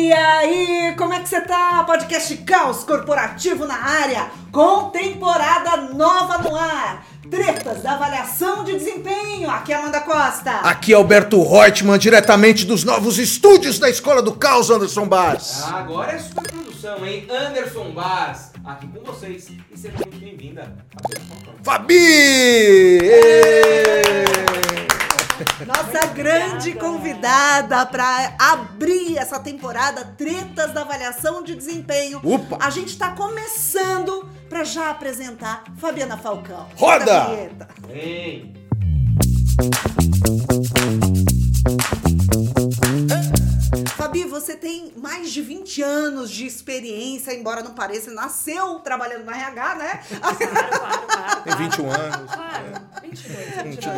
E aí, como é que você tá? Podcast Caos Corporativo na área, com temporada nova no ar. Tretas da avaliação de desempenho. Aqui é Amanda Costa. Aqui é Alberto Reutemann, diretamente dos novos estúdios da Escola do Caos, Anderson Bars. Agora é super produção, hein? Anderson Bars, aqui com vocês. E seja muito bem-vinda, Fabi! Nossa grande convidada para abrir essa temporada Tretas da Avaliação de Desempenho. Opa! A gente está começando para já apresentar Fabiana Falcão. Roda! Vem! Fabi, você tem mais de 20 anos de experiência, embora não pareça, nasceu trabalhando no RH, né? Claro. Tem 21 anos. Claro, 22. 22.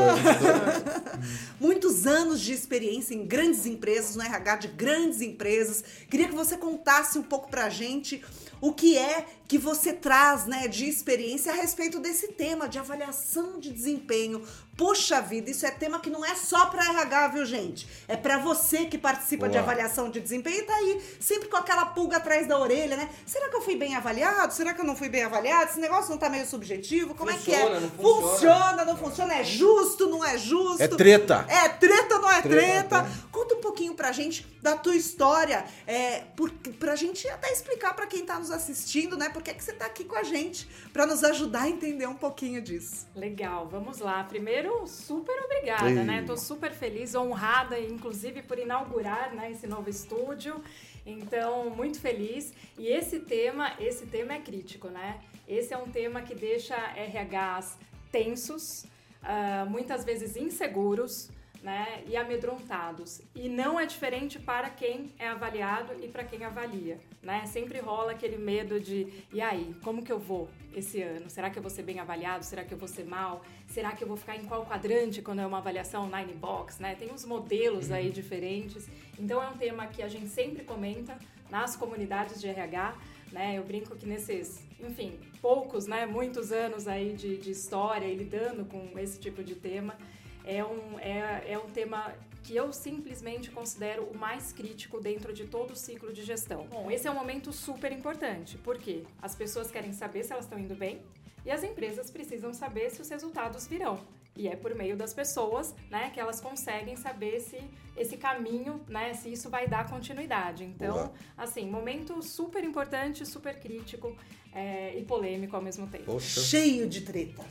Muitos anos de experiência em grandes empresas, no RH de grandes empresas. Queria que você contasse um pouco pra gente o que é que você traz, né, de experiência a respeito desse tema de avaliação de desempenho. Puxa vida, isso é tema que não é só para RH, viu, gente? É para você que participa de avaliação de desempenho e tá aí sempre com aquela pulga atrás da orelha, né? Será que eu fui bem avaliado? Será que eu não fui bem avaliado? Esse negócio não tá meio subjetivo? Como Funciona, é que é? não funciona? Funciona, não funciona? É justo, não é justo? É treta. É treta, não é Treta. treta? Conta um pouquinho pra gente da tua história, pra gente até explicar pra quem tá nos assistindo, né? Por que você tá aqui com a gente, pra nos ajudar a entender um pouquinho disso. Legal, vamos lá. Primeiro, super obrigada, né? Tô super feliz, honrada, inclusive, por inaugurar, né, esse novo estúdio. Então, muito feliz. E esse tema é crítico, né? Esse é um tema que deixa RHs tensos, muitas vezes inseguros, né, e amedrontados. E não é diferente para quem é avaliado e para quem avalia, né? Sempre rola aquele medo de, e aí, como que eu vou esse ano? Será que eu vou ser bem avaliado? Será que eu vou ser mal? Será que eu vou ficar em qual quadrante quando é uma avaliação 9 box, né? Tem uns modelos aí diferentes. Então é um tema que a gente sempre comenta nas comunidades de RH, né? Eu brinco que nesses, enfim, poucos, né, muitos anos aí de história e lidando com esse tipo de tema, é um tema que eu simplesmente considero o mais crítico dentro de todo o ciclo de gestão. Bom, esse é um momento super importante, porque as pessoas querem saber se elas estão indo bem e as empresas precisam saber se os resultados virão. E é por meio das pessoas, né, que elas conseguem saber se esse caminho, né, se isso vai dar continuidade. Então, assim, momento super importante, super crítico e polêmico ao mesmo tempo. Poxa. Cheio de treta.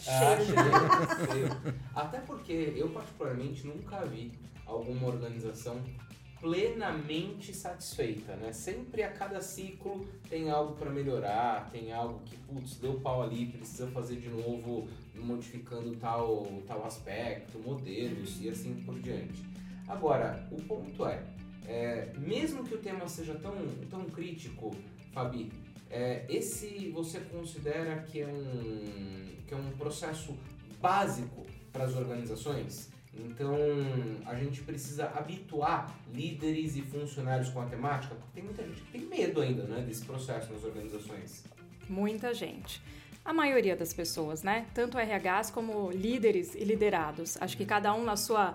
Cheio. Até porque eu, particularmente, nunca vi alguma organização plenamente satisfeita, né? Sempre a cada ciclo tem algo para melhorar, tem algo que, putz, deu pau ali, precisa fazer de novo, modificando tal aspecto, modelos e assim por diante. Agora, o ponto mesmo que o tema seja tão crítico, Fabi, esse você considera que é um processo básico para as organizações? Então, a gente precisa habituar líderes e funcionários com a temática, porque tem muita gente que tem medo ainda, né, desse processo nas organizações. Muita gente. A maioria das pessoas, né? Tanto RHs como líderes e liderados. Acho que cada um na sua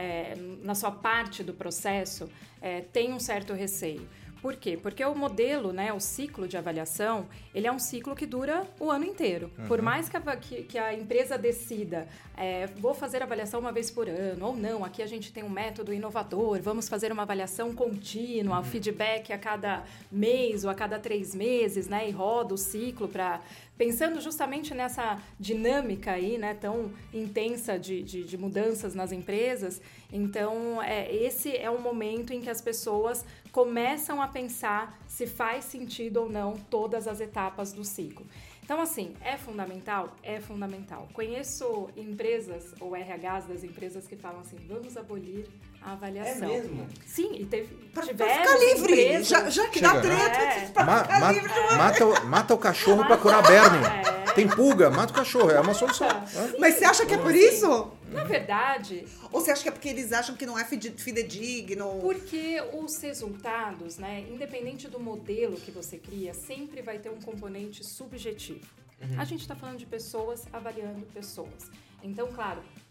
parte do processo tem um certo receio. Por quê? Porque o modelo, né, o ciclo de avaliação, ele é um ciclo que dura o ano inteiro. Por mais que a empresa decida, vou fazer avaliação uma vez por ano, ou não, aqui a gente tem um método inovador, vamos fazer uma avaliação contínua, feedback a cada mês ou a cada 3 meses, né, e roda o ciclo pensando justamente nessa dinâmica aí, né, tão intensa de mudanças nas empresas. Então, esse é um momento em que as pessoas começam a pensar se faz sentido ou não todas as etapas do ciclo. Então, assim, é fundamental? É fundamental. Conheço empresas ou RHs das empresas que falam assim, vamos abolir a avaliação. É mesmo? Sim, e Pra tiveram ficar livre, empresas... já que dá treta, pra ficar livre de uma... Mata o cachorro pra curar berne. Tem pulga, mata o cachorro, é uma solução. Mas você acha que é por isso? Na verdade... Ou você acha que é porque eles acham que não é fidedigno? Porque os resultados, né, independente do modelo que você cria, sempre vai ter um componente subjetivo. A gente está falando de pessoas avaliando pessoas. Então, claro,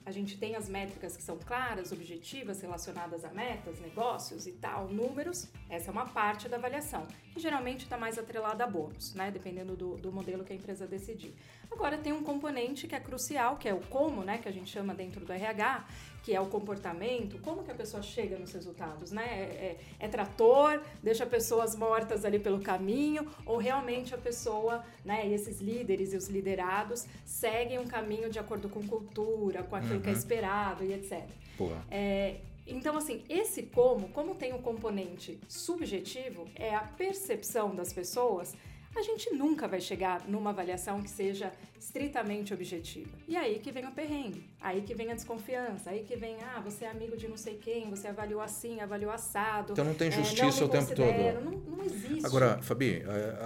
a gente tem as métricas que são claras, objetivas, relacionadas a metas, negócios e tal, números, essa é uma parte da avaliação, que geralmente está mais atrelada a bônus, né? Dependendo do modelo que a empresa decidir. Agora tem um componente que é crucial, que é o como, né? Que a gente chama dentro do RH, que é o comportamento, como que a pessoa chega nos resultados, né? É trator, deixa pessoas mortas ali pelo caminho, ou realmente a pessoa, né, e esses líderes e os liderados seguem um caminho de acordo com cultura, com aquilo que é esperado e etc. Então, assim, esse como tem um componente subjetivo, é a percepção das pessoas, a gente nunca vai chegar numa avaliação que seja estritamente objetiva. E aí que vem o perrengue, aí que vem a desconfiança, aí que vem, você é amigo de não sei quem, você avaliou assim, avaliou assado. Então não tem justiça o tempo todo. Não existe. Agora, Fabi,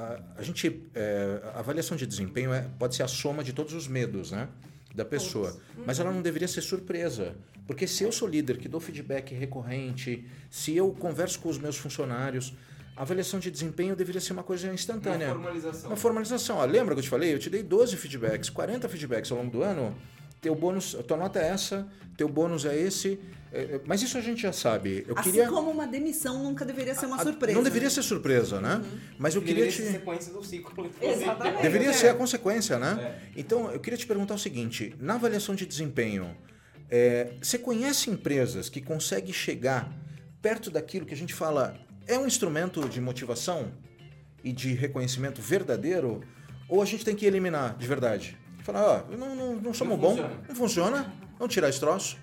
a avaliação de desempenho pode ser a soma de todos os medos, né, da pessoa. Mas ela não deveria ser surpresa. Porque se eu sou líder, que dou feedback recorrente, se eu converso com os meus funcionários, a avaliação de desempenho deveria ser uma coisa instantânea. Uma formalização. Lembra que eu te falei? Eu te dei 12 feedbacks, 40 feedbacks ao longo do ano. Teu bônus, tua nota é essa, teu bônus é esse. Mas isso a gente já sabe. Como uma demissão nunca deveria ser uma surpresa. Não deveria ser surpresa, né? Mas eu queria ser a sequência do ciclo. Exatamente. Deveria ser a consequência, né? Então, eu queria te perguntar o seguinte. Na avaliação de desempenho, você conhece empresas que conseguem chegar perto daquilo que a gente fala... É um instrumento de motivação e de reconhecimento verdadeiro? Ou a gente tem que eliminar de verdade? Falar, não somos bons, não funciona, vamos tirar esse troço.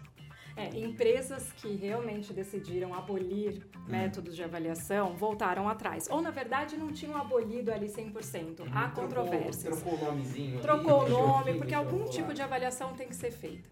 Empresas que realmente decidiram abolir métodos de avaliação voltaram atrás. Ou, na verdade, não tinham abolido ali 100%. Há controvérsias. Trocou o nomezinho. Trocou o nome, porque algum tipo de avaliação tem que ser feita.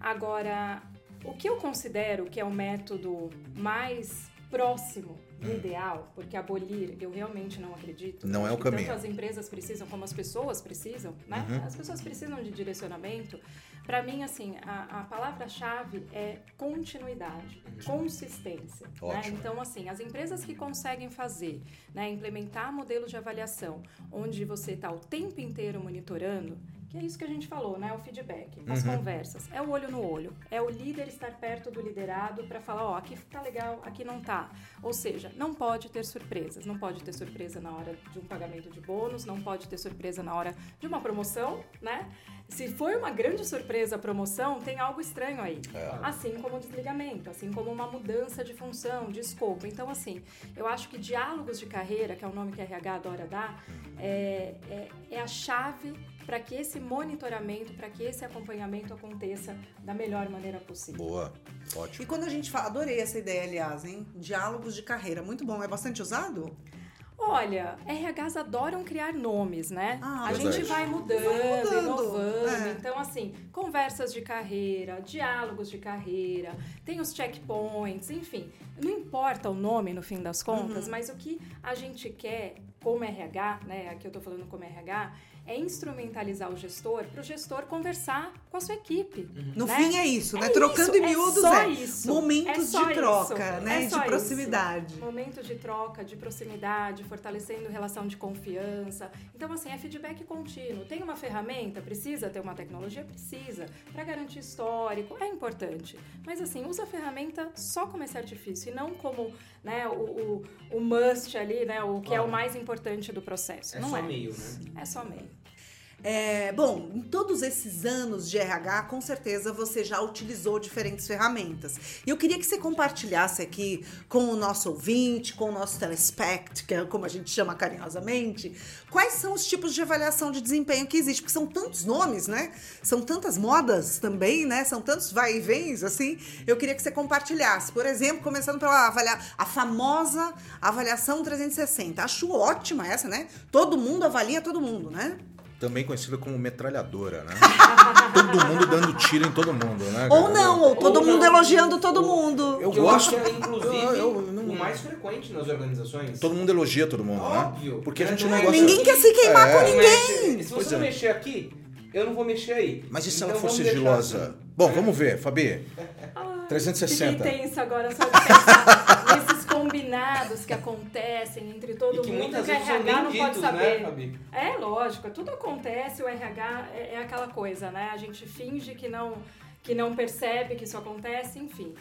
Agora, o que eu considero que é o método mais próximo do ideal, porque abolir eu realmente não acredito. Não é o caminho. Tanto as empresas precisam como as pessoas precisam, né? As pessoas precisam de direcionamento. Para mim, assim, a palavra-chave é continuidade, consistência. Né? Então, assim, as empresas que conseguem fazer, né, implementar modelos de avaliação, onde você está o tempo inteiro monitorando, que é isso que a gente falou, né? O feedback, as conversas. É o olho no olho. É o líder estar perto do liderado para falar, aqui tá legal, aqui não tá. Ou seja, não pode ter surpresas. Não pode ter surpresa na hora de um pagamento de bônus, não pode ter surpresa na hora de uma promoção, né? Se for uma grande surpresa a promoção, tem algo estranho aí. Assim como o desligamento, assim como uma mudança de função, de escopo. Então, assim, eu acho que diálogos de carreira, que é o nome que a RH adora dar, é a chave para que esse monitoramento, para que esse acompanhamento aconteça da melhor maneira possível. Boa, ótimo. E quando a gente fala, adorei essa ideia, aliás, hein? Diálogos de carreira, muito bom. É bastante usado? Olha, RHs adoram criar nomes, né? A verdade. gente vai mudando, inovando. Então, assim, conversas de carreira, diálogos de carreira, tem os checkpoints, enfim. Não importa o nome, no fim das contas, mas o que a gente quer como RH, né? Aqui eu tô falando como RH, é instrumentalizar o gestor para o gestor conversar com a sua equipe. No né? fim é isso, né? Trocando em miúdos momentos de troca, né? De proximidade. Momentos de troca, de proximidade, fortalecendo relação de confiança. Então, assim, é feedback contínuo. Tem uma ferramenta? Precisa ter uma tecnologia? Precisa. Para garantir histórico, é importante. Mas, assim, usa a ferramenta só como esse artifício e não como, né, o must ali, né? O que é o mais importante do processo. Não só meio, né? É só meio. Bom, em todos esses anos de RH, com certeza você já utilizou diferentes ferramentas. E eu queria que você compartilhasse aqui com o nosso ouvinte, com o nosso telespect, que é como a gente chama carinhosamente, quais são os tipos de avaliação de desempenho que existe, porque são tantos nomes, né? São tantas modas também, né? São tantos vai e vens, assim. Eu queria que você compartilhasse. Por exemplo, começando pela a famosa avaliação 360. Acho ótima essa, né? Todo mundo avalia todo mundo, né? Também conhecida como metralhadora, né? Todo mundo dando tiro em todo mundo, né? Ou não, ou todo mundo elogiando todo mundo. Eu gosto, inclusive, o mais frequente nas organizações. Todo mundo elogia todo mundo, óbvio, né? Porque a gente não gosta... Ninguém quer se queimar com ninguém. Se você não mexer aqui, eu não vou mexer aí. Mas e se ela for sigilosa? Assim. Bom, vamos ver, Fabi. 360. Fiquei tenso agora, só de pensar nesses combinados que acontecem entre todo mundo, muitas que o vezes RH não pode saber. Né, Fabi? É lógico, tudo acontece, o RH é aquela coisa, né? A gente finge que não que não percebe que isso acontece, enfim.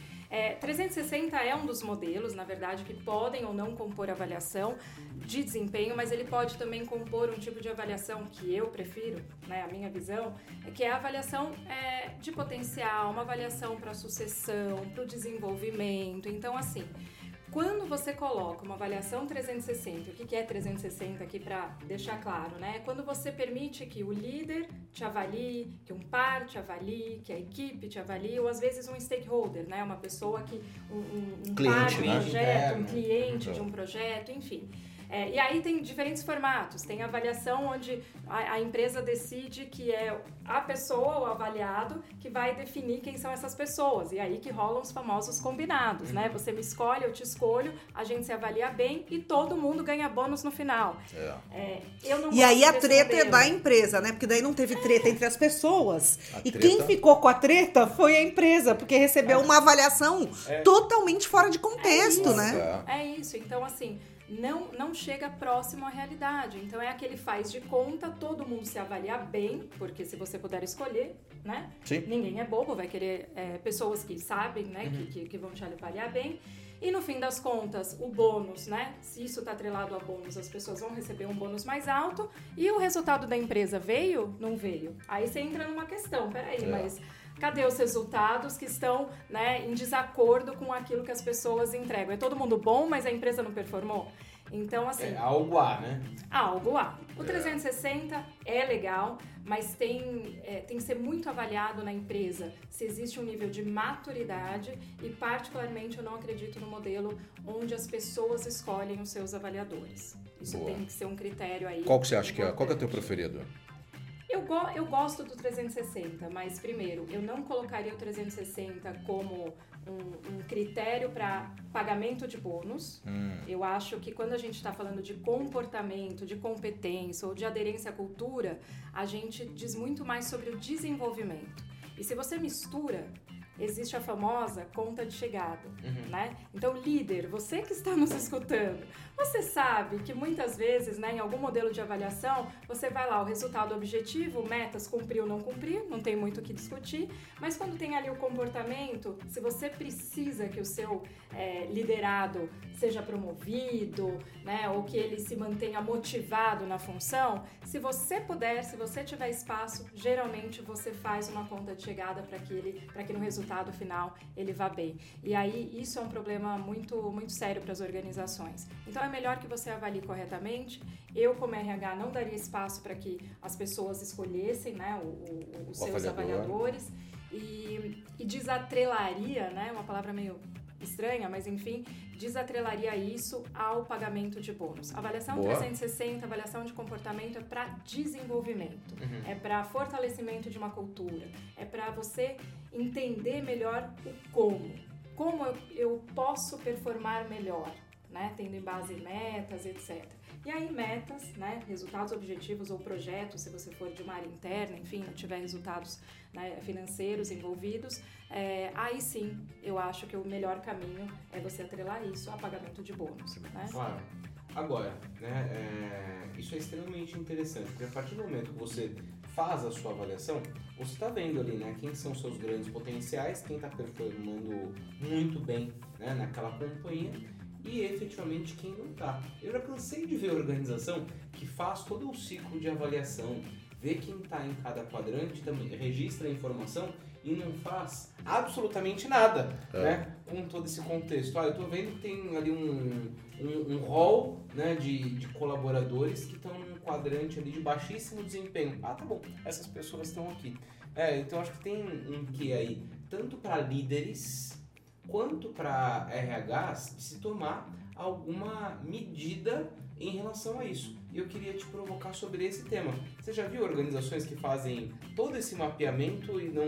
360 é um dos modelos, na verdade, que podem ou não compor avaliação de desempenho, mas ele pode também compor um tipo de avaliação que eu prefiro, né, a minha visão, que é a avaliação de potencial, uma avaliação para a sucessão, para o desenvolvimento. Então, assim, quando você coloca uma avaliação 360, o que é 360 aqui para deixar claro, né? É quando você permite que o líder te avalie, que um par te avalie, que a equipe te avalie, ou às vezes um stakeholder, né? Uma pessoa que, um cliente, par de um né? projeto, um cliente de um projeto, enfim. E aí tem diferentes formatos. Tem avaliação onde a empresa decide que é a pessoa, o avaliado, que vai definir quem são essas pessoas. E aí que rolam os famosos combinados, né? Você me escolhe, eu te escolho, a gente se avalia bem e todo mundo ganha bônus no final. Eu não e aí a treta modelo. é da empresa, né? Porque daí não teve treta entre as pessoas. E quem ficou com a treta foi a empresa, porque recebeu uma avaliação totalmente fora de contexto, né? É isso. Então, assim, não chega próximo à realidade. Então, é aquele faz de conta, todo mundo se avaliar bem, porque se você puder escolher, né? Sim. Ninguém é bobo, vai querer pessoas que sabem, né? Que vão te avaliar bem. E no fim das contas, o bônus, né? Se isso está atrelado a bônus, as pessoas vão receber um bônus mais alto. E o resultado da empresa veio? Não veio. Aí você entra numa questão, peraí, mas cadê os resultados que estão, né, em desacordo com aquilo que as pessoas entregam? É todo mundo bom, mas a empresa não performou? Então, assim... algo há, né? Algo há. O 360 é legal, mas tem que ser muito avaliado na empresa se existe um nível de maturidade e, particularmente, eu não acredito no modelo onde as pessoas escolhem os seus avaliadores. Isso tem que ser um critério aí. Qual que você acha que é? Qual que é o teu preferido? Eu gosto do 360, mas primeiro, eu não colocaria o 360 como um critério para pagamento de bônus. Eu acho que quando a gente está falando de comportamento, de competência ou de aderência à cultura, a gente diz muito mais sobre o desenvolvimento. E se você mistura, existe a famosa conta de chegada, né? Então, líder, você que está nos escutando, você sabe que muitas vezes, né, em algum modelo de avaliação, você vai lá, o resultado objetivo, metas, cumpriu ou não cumpriu, não tem muito o que discutir, mas quando tem ali o comportamento, se você precisa que o seu liderado seja promovido, né, ou que ele se mantenha motivado na função, se você puder, se você tiver espaço, geralmente você faz uma conta de chegada para que no resultado final ele vá bem. E aí isso é um problema muito, muito sério para as organizações. Então é melhor que você avalie corretamente. Eu, como RH, não daria espaço para que as pessoas escolhessem, né, os seus avaliadores e desatrelaria, né, uma palavra meio estranha, mas enfim, desatrelaria isso ao pagamento de bônus. Avaliação 360, avaliação de comportamento é para desenvolvimento, é para fortalecimento de uma cultura, é para você entender melhor o como eu posso performar melhor, né, tendo em base metas, etc. E aí metas, né, resultados objetivos ou projetos, se você for de uma área interna, enfim, não tiver resultados, né, financeiros envolvidos, aí sim, eu acho que o melhor caminho é você atrelar isso a pagamento de bônus, né? Claro. Agora, né, isso é extremamente interessante, porque a partir do momento que você faz a sua avaliação, você está vendo ali, né, quem são seus grandes potenciais, quem está performando muito bem, né, naquela companhia, e efetivamente quem não está. Eu já cansei de ver organização que faz todo o ciclo de avaliação, vê quem está em cada quadrante, também registra a informação e não faz absolutamente nada, né, com todo esse contexto. Eu estou vendo que tem ali um hall, né, de colaboradores que estão num quadrante ali de baixíssimo desempenho. Tá bom, essas pessoas estão aqui. Então acho que tem um que aí, tanto para líderes quanto para RHs, de se tomar alguma medida em relação a isso. E eu queria te provocar sobre esse tema. Você já viu organizações que fazem todo esse mapeamento e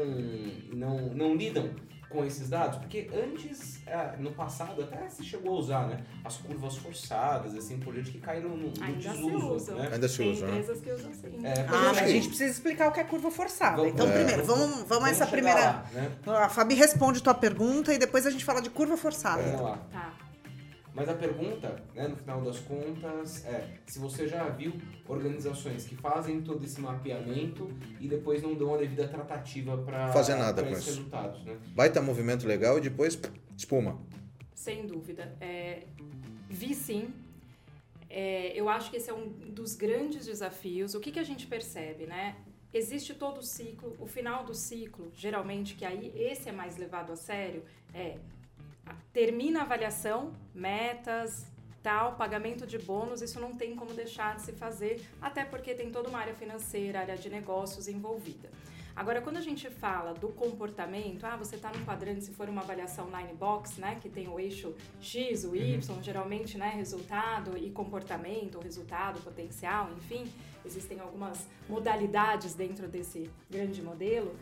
não lidam com esses dados? Porque antes, no passado, até se chegou a usar, né, as curvas forçadas, assim, por diante, que caíram no desuso. Né? Ainda se usa, tem empresas que usam sim. A gente precisa explicar o que é curva forçada. Então, primeiro, vamos essa primeira... Lá, né? A Fabi responde tua pergunta e depois a gente fala de curva forçada. Vamos lá. Tá. Mas a pergunta, né, no final das contas, é se você já viu organizações que fazem todo esse mapeamento e depois não dão a devida tratativa para fazer nada com esses isso. resultados, né? Baita movimento legal e depois espuma. Sem dúvida. Vi sim. Eu acho que esse é um dos grandes desafios. O que a gente percebe, né? Existe todo o ciclo, o final do ciclo, geralmente, que aí esse é mais levado a sério, termina a avaliação, metas, tal, pagamento de bônus, isso não tem como deixar de se fazer, até porque tem toda uma área financeira, área de negócios envolvida. Agora, quando a gente fala do comportamento, você está num quadrante, se for uma avaliação 9box, né, que tem o eixo X, o Y, geralmente, né, resultado e comportamento, ou resultado, potencial, enfim, existem algumas modalidades dentro desse grande modelo,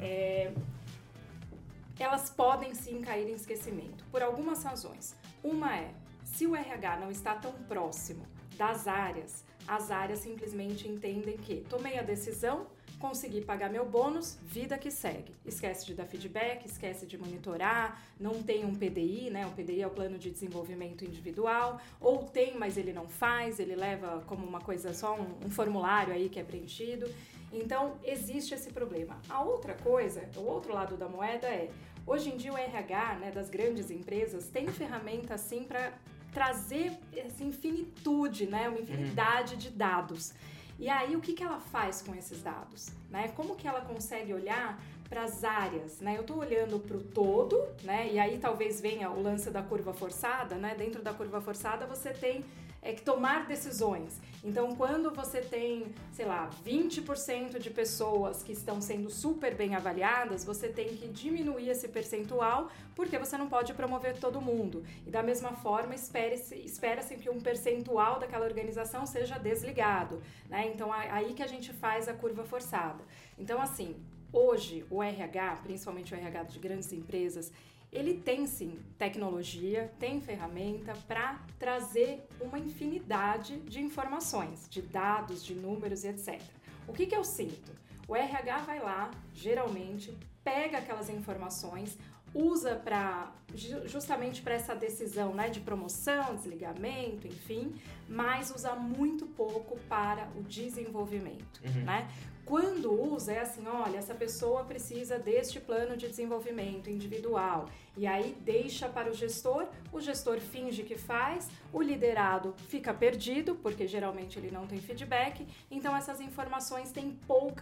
elas podem sim cair em esquecimento, por algumas razões. Uma é, se o RH não está tão próximo das áreas, as áreas simplesmente entendem que tomei a decisão, consegui pagar meu bônus, vida que segue. Esquece de dar feedback, esquece de monitorar, não tem um PDI, né? O PDI é o Plano de Desenvolvimento Individual, ou tem, mas ele não faz, ele leva como uma coisa só, um formulário aí que é preenchido. Então, existe esse problema. A outra coisa, o outro lado da moeda hoje em dia o RH, né, das grandes empresas tem ferramenta assim para trazer essa infinitude, né, uma infinidade de dados. E aí, o que ela faz com esses dados? Né? Como que ela consegue olhar para as áreas? Né? Eu estou olhando para o todo, né? E aí talvez venha o lance da curva forçada. Né? Dentro da curva forçada, você tem que tomar decisões. Então, quando você tem, sei lá, 20% de pessoas que estão sendo super bem avaliadas, você tem que diminuir esse percentual, porque você não pode promover todo mundo. E da mesma forma, espera-se que um percentual daquela organização seja desligado. Né? Então, aí que a gente faz a curva forçada. Então, assim, hoje o RH, principalmente o RH de grandes empresas, ele tem sim tecnologia, tem ferramenta para trazer uma infinidade de informações, de dados, de números e etc. O que eu sinto? O RH vai lá, geralmente, pega aquelas informações, usa justamente para essa decisão, né, de promoção, desligamento, enfim, mas usa muito pouco para o desenvolvimento, né? Quando usa, é assim, olha, essa pessoa precisa deste plano de desenvolvimento individual. E aí deixa para o gestor finge que faz, o liderado fica perdido, porque geralmente ele não tem feedback, então essas informações têm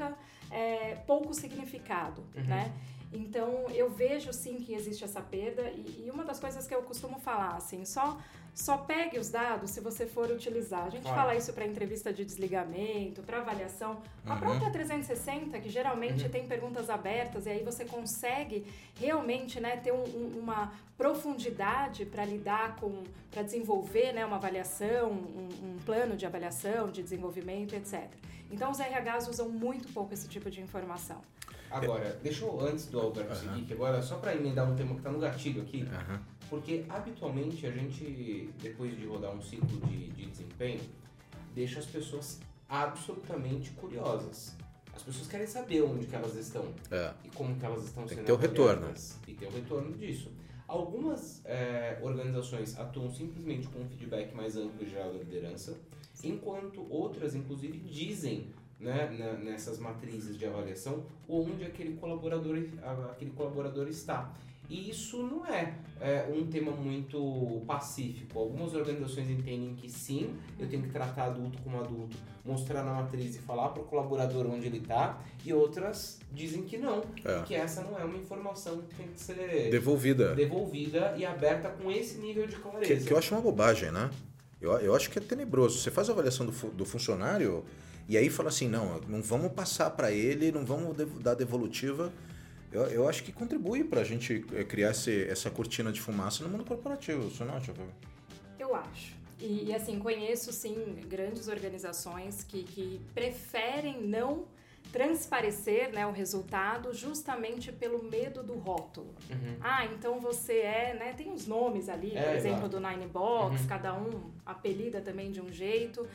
pouco significado, né? Então, eu vejo sim que existe essa perda e uma das coisas que eu costumo falar, assim, só pegue os dados se você for utilizar. A gente fala isso para entrevista de desligamento, para avaliação. A própria 360, que geralmente tem perguntas abertas, e aí você consegue realmente, né, ter uma profundidade para lidar para desenvolver, né, uma avaliação, um plano de avaliação, de desenvolvimento, etc. Então, os RHs usam muito pouco esse tipo de informação. Agora, deixa eu, antes do Alberto seguir, que agora, só para emendar um tema que está no gatilho aqui, porque habitualmente a gente, depois de rodar um ciclo de desempenho, deixa as pessoas absolutamente curiosas. As pessoas querem saber onde que elas estão e como que elas estão sendo avaliadas. Tem que ter o retorno. E ter o retorno disso. Algumas organizações atuam simplesmente com um feedback mais amplo e geral da liderança, enquanto outras, inclusive, dizem, né, nessas matrizes de avaliação onde aquele colaborador está. E isso não é um tema muito pacífico. Algumas organizações entendem que sim, eu tenho que tratar adulto como adulto, mostrar na matriz e falar para o colaborador onde ele está, e outras dizem que não, que essa não é uma informação que tem que ser devolvida e aberta com esse nível de clareza. Que eu acho uma bobagem, né? Eu acho que é tenebroso. Você faz a avaliação do funcionário e aí fala assim, não vamos passar para ele, não vamos dar devolutiva. Eu acho que contribui para a gente criar essa cortina de fumaça no mundo corporativo, você não acha? Eu acho. E assim, conheço sim grandes organizações que preferem não transparecer, né, o resultado justamente pelo medo do rótulo. Então você né, tem uns nomes ali, por exemplo, do 9box, cada um apelida também de um jeito.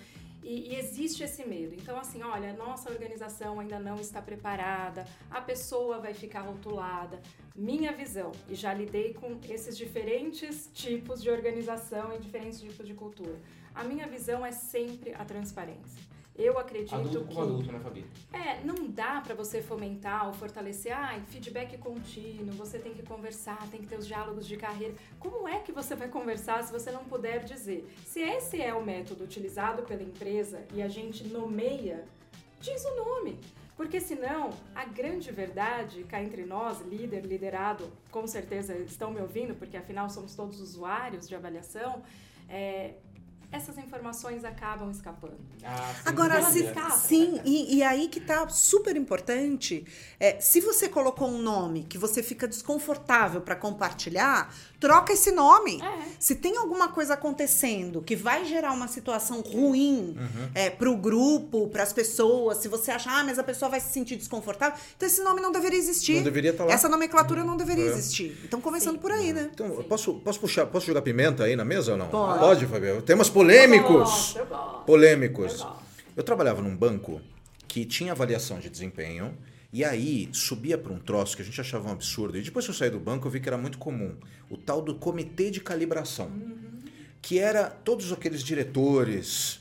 E existe esse medo. Então, assim, olha, nossa organização ainda não está preparada, a pessoa vai ficar rotulada. Minha visão, e já lidei com esses diferentes tipos de organização e diferentes tipos de cultura. A minha visão é sempre a transparência. Eu acredito adulto com adulto, né, Fabi? Não dá para você fomentar ou fortalecer, feedback contínuo, você tem que conversar, tem que ter os diálogos de carreira. Como é que você vai conversar se você não puder dizer? Se esse é o método utilizado pela empresa e a gente nomeia, diz o nome. Porque senão, a grande verdade, cá entre nós, líder, liderado, com certeza estão me ouvindo, porque afinal somos todos usuários de avaliação, essas informações acabam escapando. Agora, sim, e aí que tá super importante, se você colocou um nome que você fica desconfortável para compartilhar, troca esse nome. Se tem alguma coisa acontecendo que vai gerar uma situação ruim pro grupo, pras pessoas, se você acha, mas a pessoa vai se sentir desconfortável, então esse nome não deveria existir. Não deveria estar lá. Essa nomenclatura não deveria existir. Então, começando por aí, né? Então, posso jogar pimenta aí na mesa ou não? Pode. Pode, Fabiano. Temas polêmicos. Eu gosto. Polêmicos. Eu trabalhava num banco que tinha avaliação de desempenho e aí subia para um troço que a gente achava um absurdo. E depois que eu saí do banco, eu vi que era muito comum. O tal do comitê de calibração. Que era todos aqueles diretores...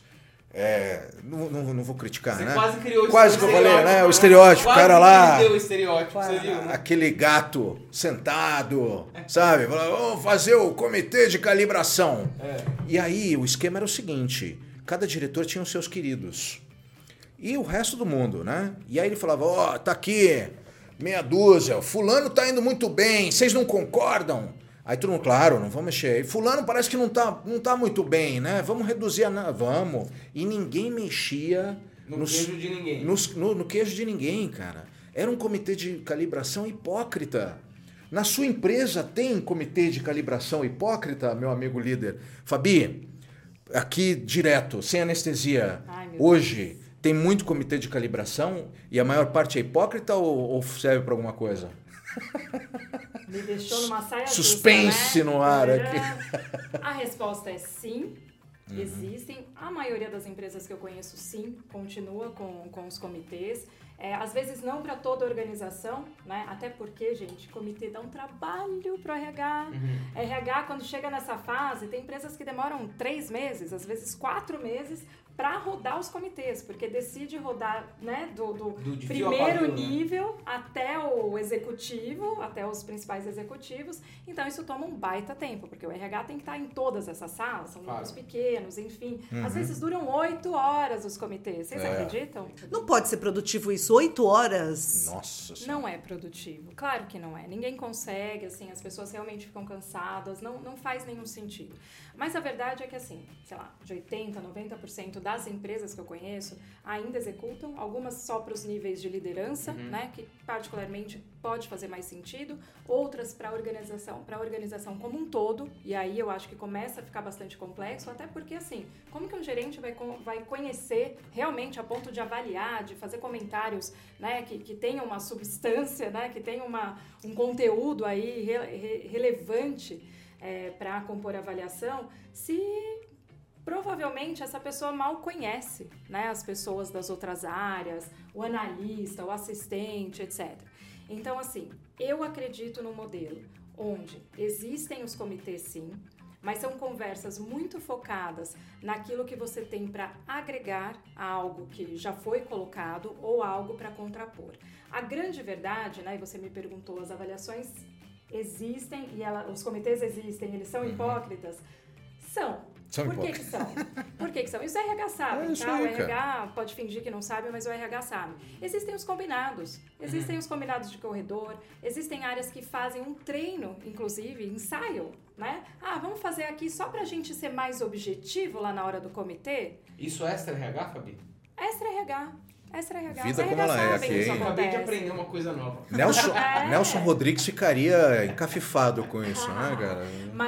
não vou criticar, você né? Quase criou quase que eu falei, né? O estereótipo, o cara lá. Deu o estereótipo, você viu, né? Aquele gato sentado, sabe? Vamos fazer o comitê de calibração. E aí o esquema era o seguinte: cada diretor tinha os seus queridos. E o resto do mundo, né? E aí ele falava, tá aqui, meia dúzia, o fulano tá indo muito bem, vocês não concordam? Aí todo mundo, claro, não vamos mexer. E fulano parece que não tá muito bem, né? Vamos reduzir vamos. E ninguém mexia no queijo de ninguém. No queijo de ninguém, cara. Era um comitê de calibração hipócrita. Na sua empresa tem comitê de calibração hipócrita, meu amigo líder? Fabi, aqui direto, sem anestesia. Hoje tem muito comitê de calibração e a maior parte é hipócrita ou serve para alguma coisa? Me deixou numa saia suspense justa, né? no ar aqui. A resposta é sim, existem. A maioria das empresas que eu conheço, sim, continua com os comitês. Às vezes não para toda a organização, né? Até porque, gente, comitê dá um trabalho para o RH. RH, quando chega nessa fase, tem empresas que demoram 3 meses, às vezes 4 meses, para rodar os comitês, porque decide rodar, né, do primeiro nível até o executivo, até os principais executivos. Então isso toma um baita tempo, porque o RH tem que estar em todas essas salas, são grupos pequenos, enfim. Às vezes duram 8 horas os comitês. Vocês acreditam? Não pode ser produtivo isso, 8 horas? Nossa Senhora. Não é produtivo, claro que não é. Ninguém consegue, assim, as pessoas realmente ficam cansadas, não faz nenhum sentido. Mas a verdade é que, assim, sei lá, de 80%, 90% das empresas que eu conheço ainda executam, algumas só para os níveis de liderança, né, que particularmente pode fazer mais sentido, outras para a organização como um todo, e aí eu acho que começa a ficar bastante complexo, até porque, assim, como que um gerente vai conhecer realmente a ponto de avaliar, de fazer comentários, né, que tenham uma substância, né, que tenham um conteúdo aí relevante para compor a avaliação, se provavelmente essa pessoa mal conhece, né, as pessoas das outras áreas, o analista, o assistente, etc. Então, assim, eu acredito no modelo onde existem os comitês, sim, mas são conversas muito focadas naquilo que você tem para agregar a algo que já foi colocado ou algo para contrapor. A grande verdade, né, e você me perguntou, as avaliações existem e os comitês existem, eles são hipócritas? São. Por que que são? Por que que são? Isso o RH sabe, tá? O RH pode fingir que não sabe, mas o RH sabe. Existem os combinados. Existem os combinados de corredor. Existem áreas que fazem um treino, inclusive, ensaio, né? Vamos fazer aqui só pra gente ser mais objetivo lá na hora do comitê? Isso é extra RH, Fabi? Extra RH. Vida como ela é aqui, hein? Acabei de aprender uma coisa nova. Nelson Rodrigues ficaria encafifado com isso, né, cara?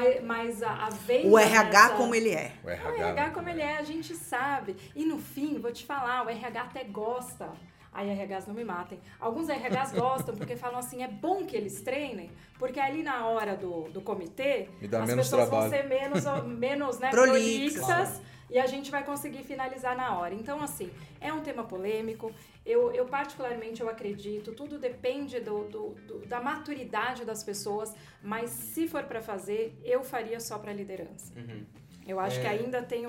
Mas a venda... O RH como ele é. O RH como ele é, a gente sabe. E no fim, vou te falar, o RH até gosta. Aí RHs não me matem. Alguns RHs gostam porque falam assim, é bom que eles treinem, porque ali na hora do comitê, as pessoas trabalho. vão ser menos né, prolixas. e a gente vai conseguir finalizar na hora. Então, assim, é um tema polêmico. Eu particularmente, eu acredito, tudo depende da maturidade das pessoas, mas se for para fazer, eu faria só para liderança. Eu acho que ainda tem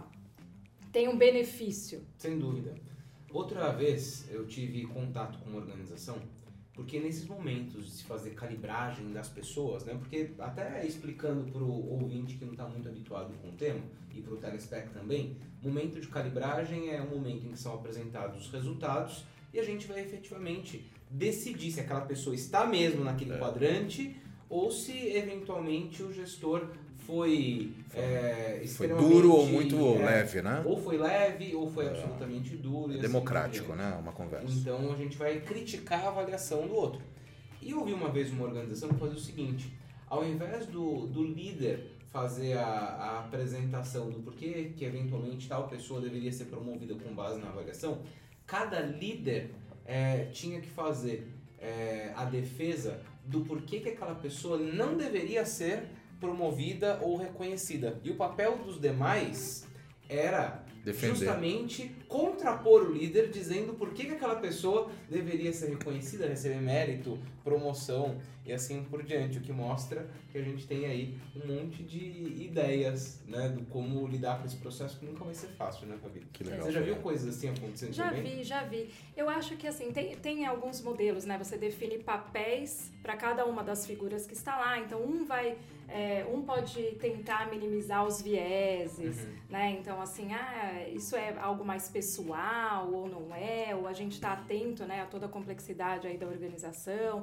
um benefício. Sem dúvida. Outra vez eu tive contato com uma organização, porque nesses momentos de se fazer calibragem das pessoas, né? Porque até explicando para o ouvinte que não está muito habituado com o tema, e para o telespect também, momento de calibragem é um momento em que são apresentados os resultados e a gente vai efetivamente decidir se aquela pessoa está mesmo naquele quadrante ou se eventualmente o gestor foi extremamente... duro ou muito leve, né? Ou foi leve, ou foi absolutamente duro. É democrático, assim, né? Uma conversa. Então a gente vai criticar a avaliação do outro. E eu vi uma vez uma organização que fazia o seguinte, ao invés do líder fazer a apresentação do porquê que eventualmente tal pessoa deveria ser promovida com base na avaliação, cada líder tinha que fazer a defesa do porquê que aquela pessoa não deveria ser promovida ou reconhecida. E o papel dos demais era defender, justamente contrapor o líder, dizendo por que aquela pessoa deveria ser reconhecida, receber mérito, promoção e assim por diante. O que mostra que a gente tem aí um monte de ideias, né, do como lidar com esse processo, que nunca vai ser fácil, né, Fabi? Que legal. Você já viu coisas assim acontecendo também? Já vi. Eu acho que assim, tem alguns modelos, né? Você define papéis para cada uma das figuras que está lá. Então, um pode tentar minimizar os vieses, né? Então, assim, isso é algo mais pessoal ou não é, ou a gente está atento, né, a toda a complexidade aí da organização.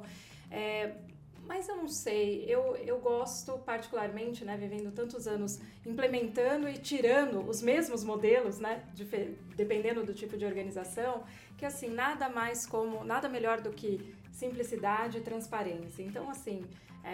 Mas eu não sei, eu gosto particularmente, né, vivendo tantos anos implementando e tirando os mesmos modelos, né, dependendo do tipo de organização, que assim, nada melhor do que simplicidade e transparência. Então, assim,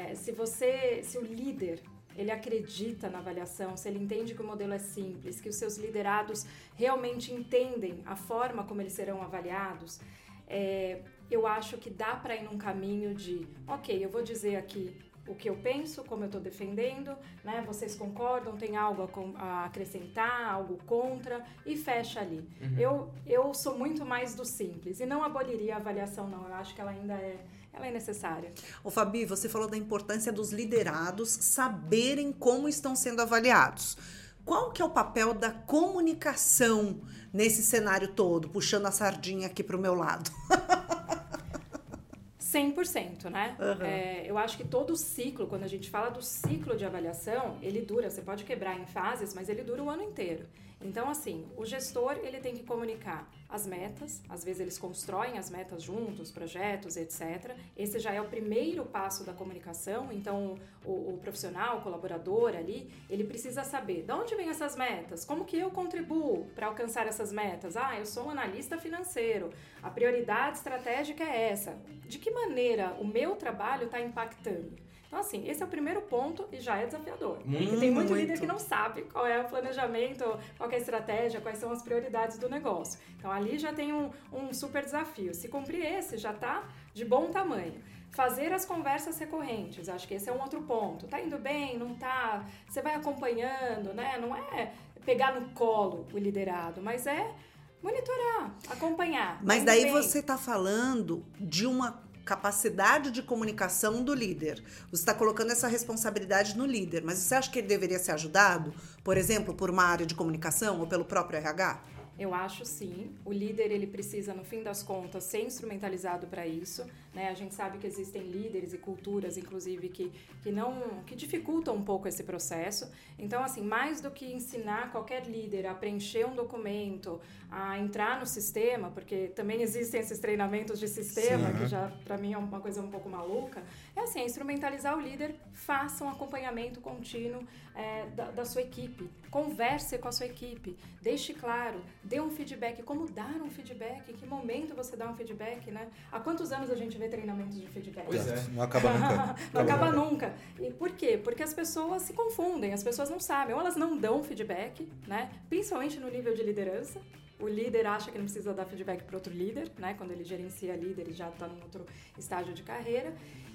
se o líder, ele acredita na avaliação, se ele entende que o modelo é simples, que os seus liderados realmente entendem a forma como eles serão avaliados, eu acho que dá para ir num caminho de, ok, eu vou dizer aqui o que eu penso, como eu estou defendendo, né? Vocês concordam, tem algo a acrescentar, algo contra, e fecha ali. Eu sou muito mais do simples, e não aboliria a avaliação, não. Eu acho que ela ainda é necessária. Ô Fabi, você falou da importância dos liderados saberem como estão sendo avaliados. Qual que é o papel da comunicação nesse cenário todo, puxando a sardinha aqui para o meu lado? 100%, né? Eu acho que todo o ciclo, quando a gente fala do ciclo de avaliação, ele dura, você pode quebrar em fases, mas ele dura o ano inteiro. Então, assim, o gestor, ele tem que comunicar as metas, às vezes eles constroem as metas juntos, projetos, etc. Esse já é o primeiro passo da comunicação, então o profissional, o colaborador ali, ele precisa saber de onde vêm essas metas, como que eu contribuo para alcançar essas metas. Eu sou um analista financeiro, a prioridade estratégica é essa. De que maneira o meu trabalho está impactando? Então, assim, esse é o primeiro ponto e já é desafiador. Porque tem muito líder que não sabe qual é o planejamento, qual é a estratégia, quais são as prioridades do negócio. Então, ali já tem um super desafio. Se cumprir esse, já está de bom tamanho. Fazer as conversas recorrentes, acho que esse é um outro ponto. Tá indo bem, não tá? Você vai acompanhando, né? Não é pegar no colo o liderado, mas é monitorar, acompanhar. Mas daí você está falando de uma capacidade de comunicação do líder. Você está colocando essa responsabilidade no líder, mas você acha que ele deveria ser ajudado, por exemplo, por uma área de comunicação ou pelo próprio RH? Eu acho sim. O líder, ele precisa, no fim das contas, ser instrumentalizado para isso, né? A gente sabe que existem líderes e culturas, inclusive, que dificultam um pouco esse processo. Então, assim, mais do que ensinar qualquer líder a preencher um documento, a entrar no sistema, porque também existem esses treinamentos de sistema, que já, para mim, é uma coisa um pouco maluca, é assim, instrumentalizar o líder, faça um acompanhamento contínuo da sua equipe, converse com a sua equipe, deixe claro, dê um feedback, como dar um feedback, em que momento você dá um feedback, né? Há quantos anos a gente vê treinamentos de feedback? Pois é. Não acaba nunca. Não acaba nunca. E por quê? Porque as pessoas se confundem, as pessoas não sabem, ou elas não dão feedback, né? Principalmente no nível de liderança, o líder acha que não precisa dar feedback para outro líder, né? Quando ele gerencia líder, ele já está num outro estágio de carreira.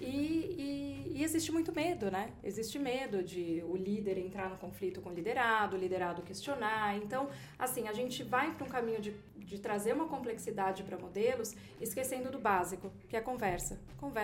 E existe muito medo, né? Existe medo de o líder entrar no conflito com o liderado questionar. Então, assim, a gente vai para um caminho de trazer uma complexidade para modelos, esquecendo do básico, que é conversa,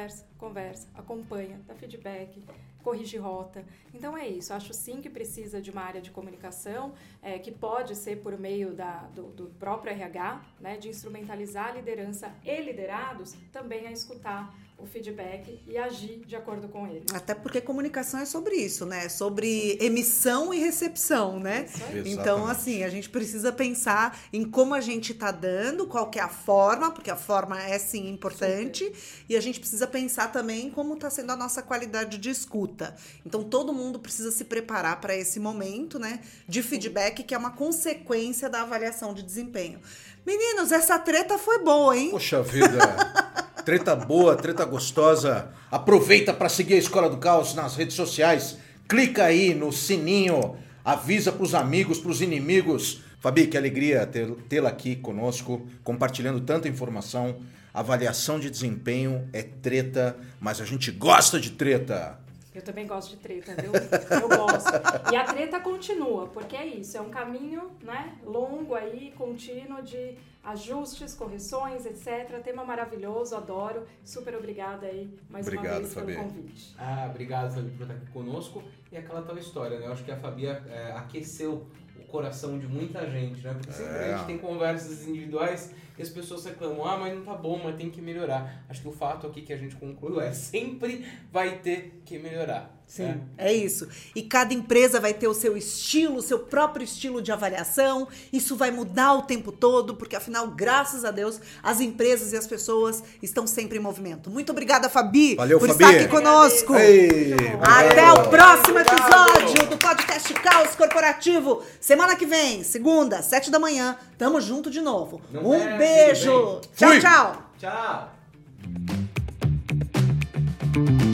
acompanha, dá feedback, corrige rota. Então é isso, acho sim que precisa de uma área de comunicação, que pode ser por meio do próprio RH, né, de instrumentalizar a liderança e liderados também a escutar o feedback e agir de acordo com ele. Até porque comunicação é sobre isso, né? Sobre emissão e recepção, né? Então, assim, a gente precisa pensar em como a gente está dando, qual que é a forma, porque a forma é, sim, importante. Super. E a gente precisa pensar também como está sendo a nossa qualidade de escuta. Então, todo mundo precisa se preparar para esse momento, né? De feedback, que é uma consequência da avaliação de desempenho. Meninos, essa treta foi boa, hein? Poxa vida! Treta boa, treta gostosa. Aproveita para seguir a Escola do Caos nas redes sociais. Clica aí no sininho. Avisa para os amigos, para os inimigos. Fabi, que alegria tê-la aqui conosco, compartilhando tanta informação. Avaliação de desempenho é treta, mas a gente gosta de treta. Eu também gosto de treta, viu? Eu gosto. E a treta continua, porque é isso, é um caminho, né, longo aí, contínuo de ajustes, correções, etc. Tema maravilhoso, adoro. Super obrigada aí mais uma vez pelo convite. Obrigado, Fabi, por estar aqui conosco. E aquela tal história, né? Eu acho que a Fabi aqueceu o coração de muita gente, né? Porque sempre a gente tem conversas individuais e as pessoas reclamam, mas não tá bom, mas tem que melhorar. Acho que o fato aqui que a gente concluiu sempre vai ter que melhorar. Sim, é isso. E cada empresa vai ter o seu estilo, o seu próprio estilo de avaliação. Isso vai mudar o tempo todo, porque afinal, graças a Deus, as empresas e as pessoas estão sempre em movimento. Muito obrigada, Fabi, Valeu, por Fabi. estar aqui conosco. Ei, até o próximo episódio do podcast Caos Corporativo. Semana que vem, segunda, 7 da manhã, tamo junto de novo. Um beijo. Tchau, tchau. Tchau.